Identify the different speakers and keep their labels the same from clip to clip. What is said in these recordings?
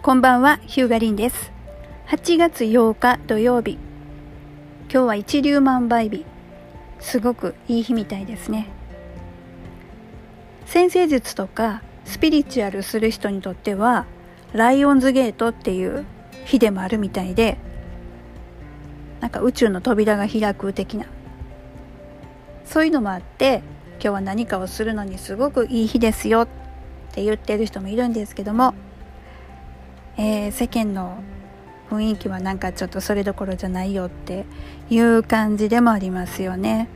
Speaker 1: こんばんは、ヒューガリンです。8月8日土曜日。今日は一粒万倍日。すごくいい日みたいですね。占星術とかスピリチュアルする人にとってはライオンズゲートっていう日でもあるみたいで、なんか宇宙の扉が開く的な、そういうのもあって、今日は何かをするのにすごくいい日ですよって言ってる人もいるんですけども、世間の雰囲気はなんかちょっとそれどころじゃないよっていう感じでもありますよね。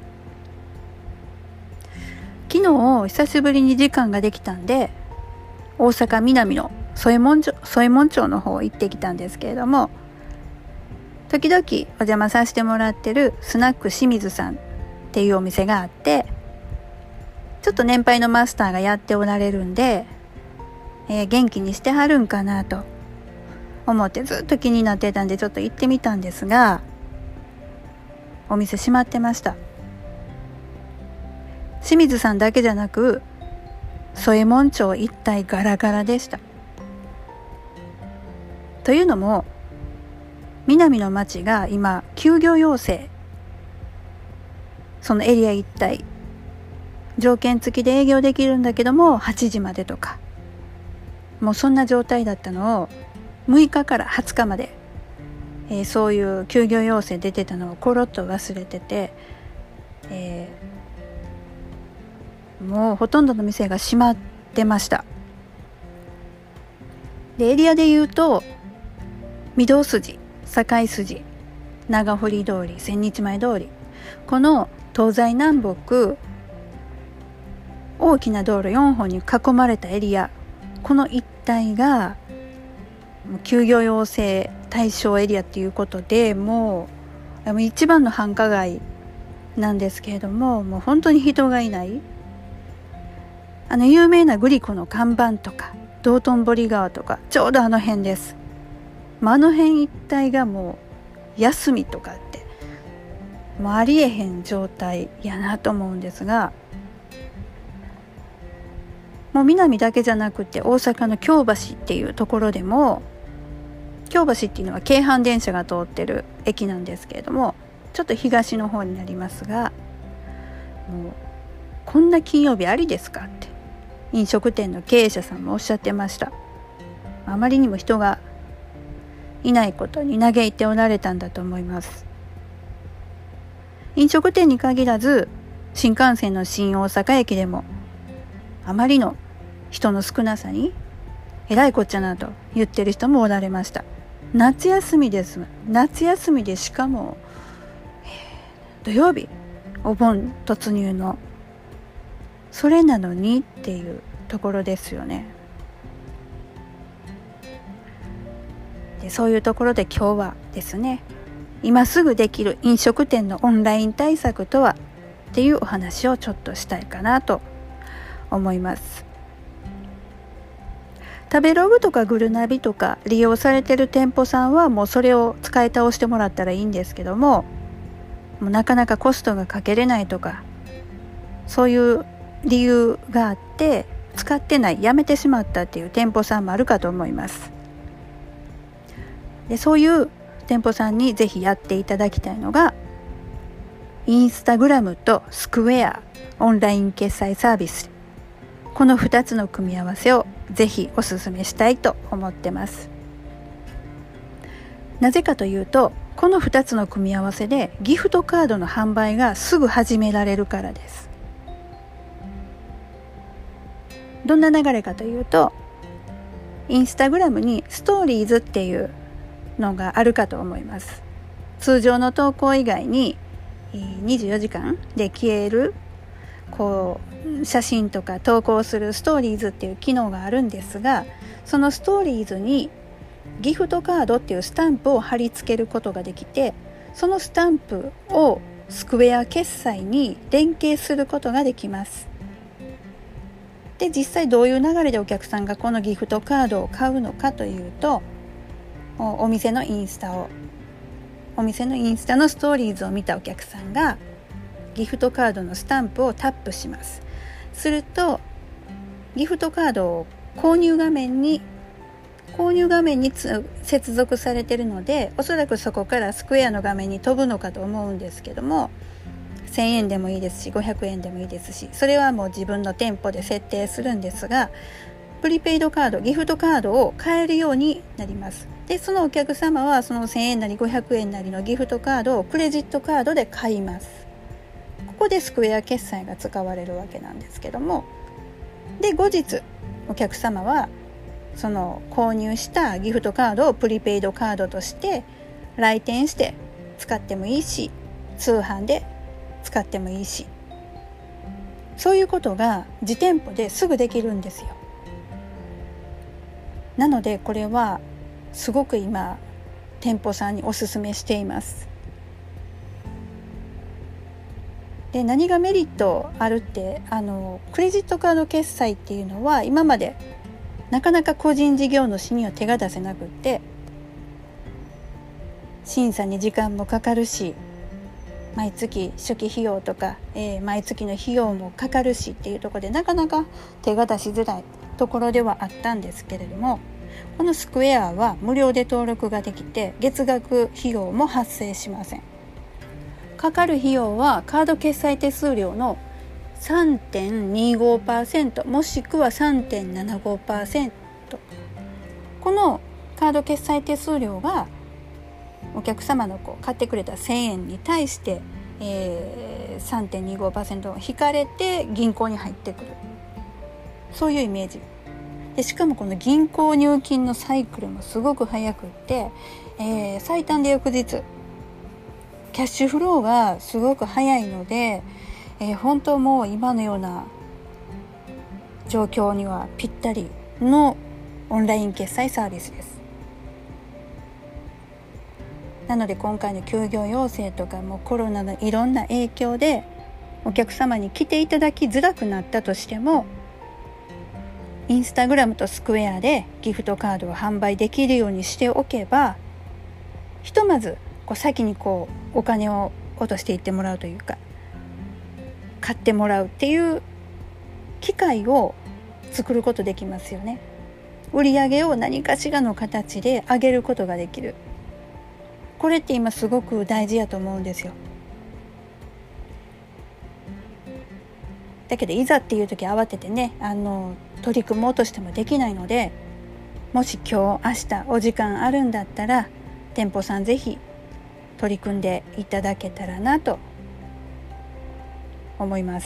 Speaker 1: 昨日久しぶりに時間ができたんで、大阪南の添右衛門町の方行ってきたんですけれども、時々お邪魔させてもらってるスナック清水さんっていうお店があって、ちょっと年配のマスターがやっておられるんで、元気にしてはるんかなと思ってずっと気になってたんで、ちょっと行ってみたんですが、お店閉まってました。清水さんだけじゃなく添右衛門町一帯ガラガラでした。というのも、南の町が今休業要請、そのエリア一帯条件付きで営業できるんだけども8時までとか、もうそんな状態だったのを6日から20日まで、そういう休業要請出てたのをコロッと忘れてて、もうほとんどの店が閉まってました。でエリアで言うと、御堂筋、堺筋、長堀通り、千日前通り、この東西南北大きな道路4本に囲まれたエリア、この一帯が休業要請対象エリアっていうことで、もう一番の繁華街なんですけれども、もう本当に人がいない。有名なグリコの看板とか道頓堀川とか、ちょうどあの辺です。あの辺一帯がもう休みとかってもうありえへん状態やなと思うんですが、もう南だけじゃなくて大阪の京橋っていうところでも、京橋っていうのは京阪電車が通ってる駅なんですけれども、ちょっと東の方になりますが、もうこんな金曜日ありですかって飲食店の経営者さんもおっしゃってました。あまりにも人がいないことに嘆いておられたんだと思います。飲食店に限らず、新幹線の新大阪駅でもあまりの人の少なさにえらいこっちゃなと言ってる人もおられました。夏休みです。夏休みで、しかも土曜日、お盆突入のそれなのにっていうところですよね。でそういうところで今日はですね、今すぐできる飲食店のオンライン対策とはっていうお話をちょっとしたいかなと思います。食べログとかグルナビとか利用されてる店舗さんはもうそれを使い倒してもらったらいいんですけども、もうなかなかコストがかけれないとか、そういう理由があって使ってない、やめてしまったっていう店舗さんもあるかと思います。でそういう店舗さんにぜひやっていただきたいのが、インスタグラムとスクエアオンライン決済サービス、この2つの組み合わせをぜひお勧めしたいと思ってます。なぜかというと、この2つの組み合わせでギフトカードの販売がすぐ始められるからです。どんな流れかというと、インスタグラムにストーリーズっていうのがあるかと思います。通常の投稿以外に24時間で消える写真とか投稿するストーリーズっていう機能があるんですが、そのストーリーズにギフトカードっていうスタンプを貼り付けることができて、そのスタンプをスクエア決済に連携することができます。で実際どういう流れでお客さんがこのギフトカードを買うのかというと、お店のインスタのストーリーズを見たお客さんがギフトカードのスタンプをタップします。するとギフトカードを購入画面に購入画面に接続されているので、おそらくそこからスクエアの画面に飛ぶのかと思うんですけども、1000円でもいいですし500円でもいいですし、それはもう自分の店舗で設定するんですが、プリペイドカード、ギフトカードを買えるようになります。でそのお客様はその1000円なり500円なりのギフトカードをクレジットカードで買います。ここでスクエア決済が使われるわけなんですけども、で後日お客様はその購入したギフトカードをプリペイドカードとして来店して使ってもいいし、通販で使ってもいいし、そういうことが実店舗ですぐできるんですよ。なのでこれはすごく今店舗さんにおすすめしています。で何がメリットあるって、クレジットカード決済っていうのは今までなかなか個人事業主には手が出せなくって、審査に時間もかかるし、毎月初期費用とか、毎月の費用もかかるしっていうところでなかなか手が出しづらいところではあったんですけれども、このスクエアは無料で登録ができて月額費用も発生しません。かかる費用はカード決済手数料の3.25% もしくは 3.75%、 このカード決済手数料がお客様の買ってくれた1000円に対して、3.25% 引かれて銀行に入ってくる、そういうイメージで、しかもこの銀行入金のサイクルもすごく早くって、最短で翌日キャッシュフローがすごく早いので、本当もう今のような状況にはぴったりのオンライン決済サービスです。なので今回の休業要請とかもコロナのいろんな影響でお客様に来ていただきづらくなったとしても、インスタグラムとスクエアでギフトカードを販売できるようにしておけば、ひとまず先にお金を落としていってもらうというか、買ってもらうっていう機会を作ることできますよね。売り上げを何かしらの形で上げることができる。これって今すごく大事やと思うんですよ。だけどいざっていう時慌ててね、取り組もうとしてもできないので、もし今日明日お時間あるんだったら店舗さんぜひ取り組んでいただけたらなと思います。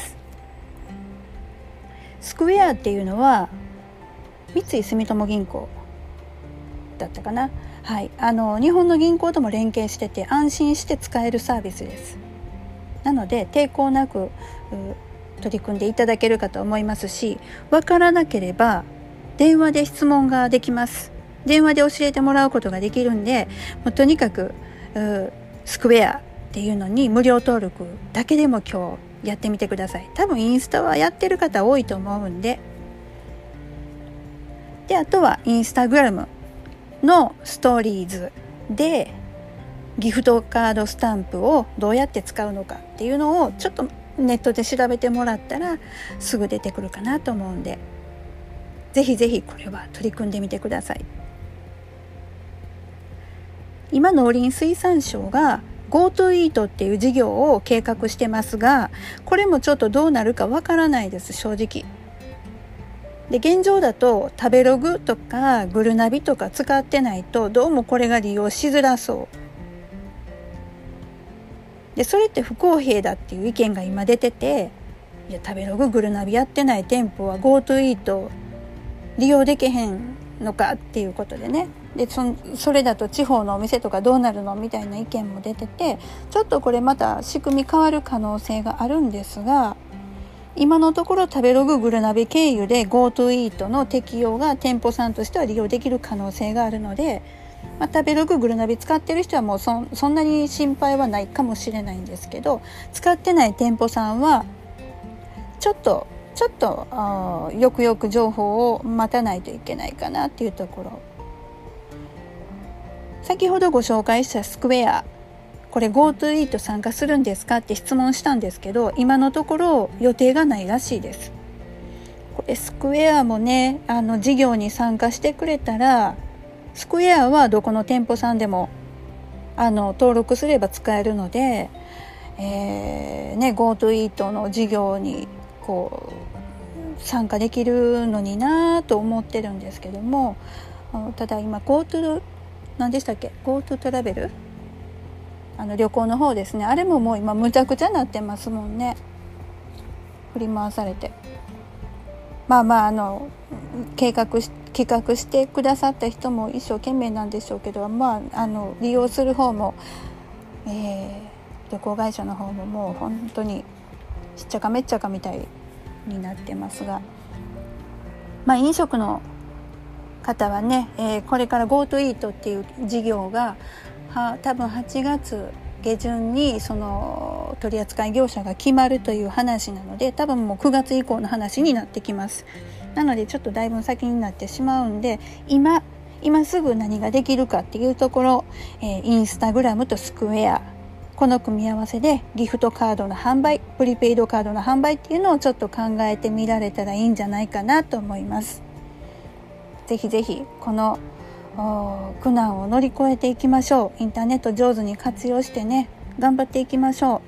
Speaker 1: スクエアっていうのは三井住友銀行だったかな、はい、日本の銀行とも連携してて安心して使えるサービスです。なので抵抗なく取り組んでいただけるかと思いますし、わからなければ電話で質問ができます。電話で教えてもらうことができるんで、もうとにかくスクエアっていうのに無料登録だけでも今日やってみてください。多分インスタはやってる方多いと思うんで、あとはインスタグラムのストーリーズでギフトカードスタンプをどうやって使うのかっていうのをちょっとネットで調べてもらったらすぐ出てくるかなと思うんで、ぜひぜひこれは取り組んでみてください。今農林水産省が GoTo イートっていう事業を計画してますが、これもちょっとどうなるかわからないです、正直。で現状だと食べログとかグルナビとか使ってないとどうもこれが利用しづらそうで、それって不公平だっていう意見が今出てて、いや食べロググルナビやってない店舗は GoTo イート利用できへんのかっていうことでね、でそれだと地方のお店とかどうなるのみたいな意見も出てて、ちょっとこれまた仕組み変わる可能性があるんですが、今のところ食べロググルナビ経由で GoTo イートの適用が店舗さんとしては利用できる可能性があるので、食べロググルナビ使ってる人はもうそんなに心配はないかもしれないんですけど、使ってない店舗さんはちょっとよくよく情報を待たないといけないかなっていうところ。先ほどご紹介したスクエア、これ GoTo イート参加するんですかって質問したんですけど、今のところ予定がないらしいです。これスクエアもね、事業に参加してくれたらスクエアはどこの店舗さんでも登録すれば使えるので、GoTo イートの事業にこう参加できるのになと思ってるんですけども、ただ今 GoTo 何でしたっけ GoTo トラベル旅行の方ですね、あれももう今むちゃくちゃなってますもんね。振り回されて、企画してくださった人も一生懸命なんでしょうけど、利用する方も、旅行会社の方ももう本当にしっちゃかめっちゃかみたいになってますが、飲食の方はね、これから GoTo イートっていう事業が多分8月下旬にその取扱業者が決まるという話なので、多分もう9月以降の話になってきます。なのでちょっとだいぶ先になってしまうんで、今すぐ何ができるかっていうところ、インスタグラムとスクエア、この組み合わせでギフトカードの販売、プリペイドカードの販売っていうのをちょっと考えてみられたらいいんじゃないかなと思います。ぜひぜひこの苦難を乗り越えていきましょう。インターネット上手に活用してね、頑張っていきましょう。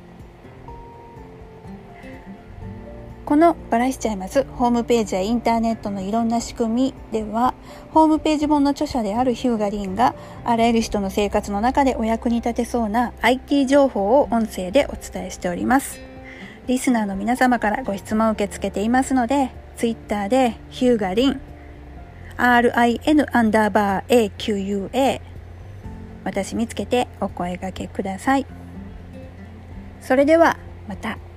Speaker 1: このバラしちゃいますホームページやインターネットのいろんな仕組みでは、ホームページ本の著者であるヒューガリンがあらゆる人の生活の中でお役に立てそうな IT 情報を音声でお伝えしております。リスナーの皆様からご質問を受け付けていますので、ツイッターでヒューガリンRIN_AQUA 私見つけてお声掛けください。それではまた。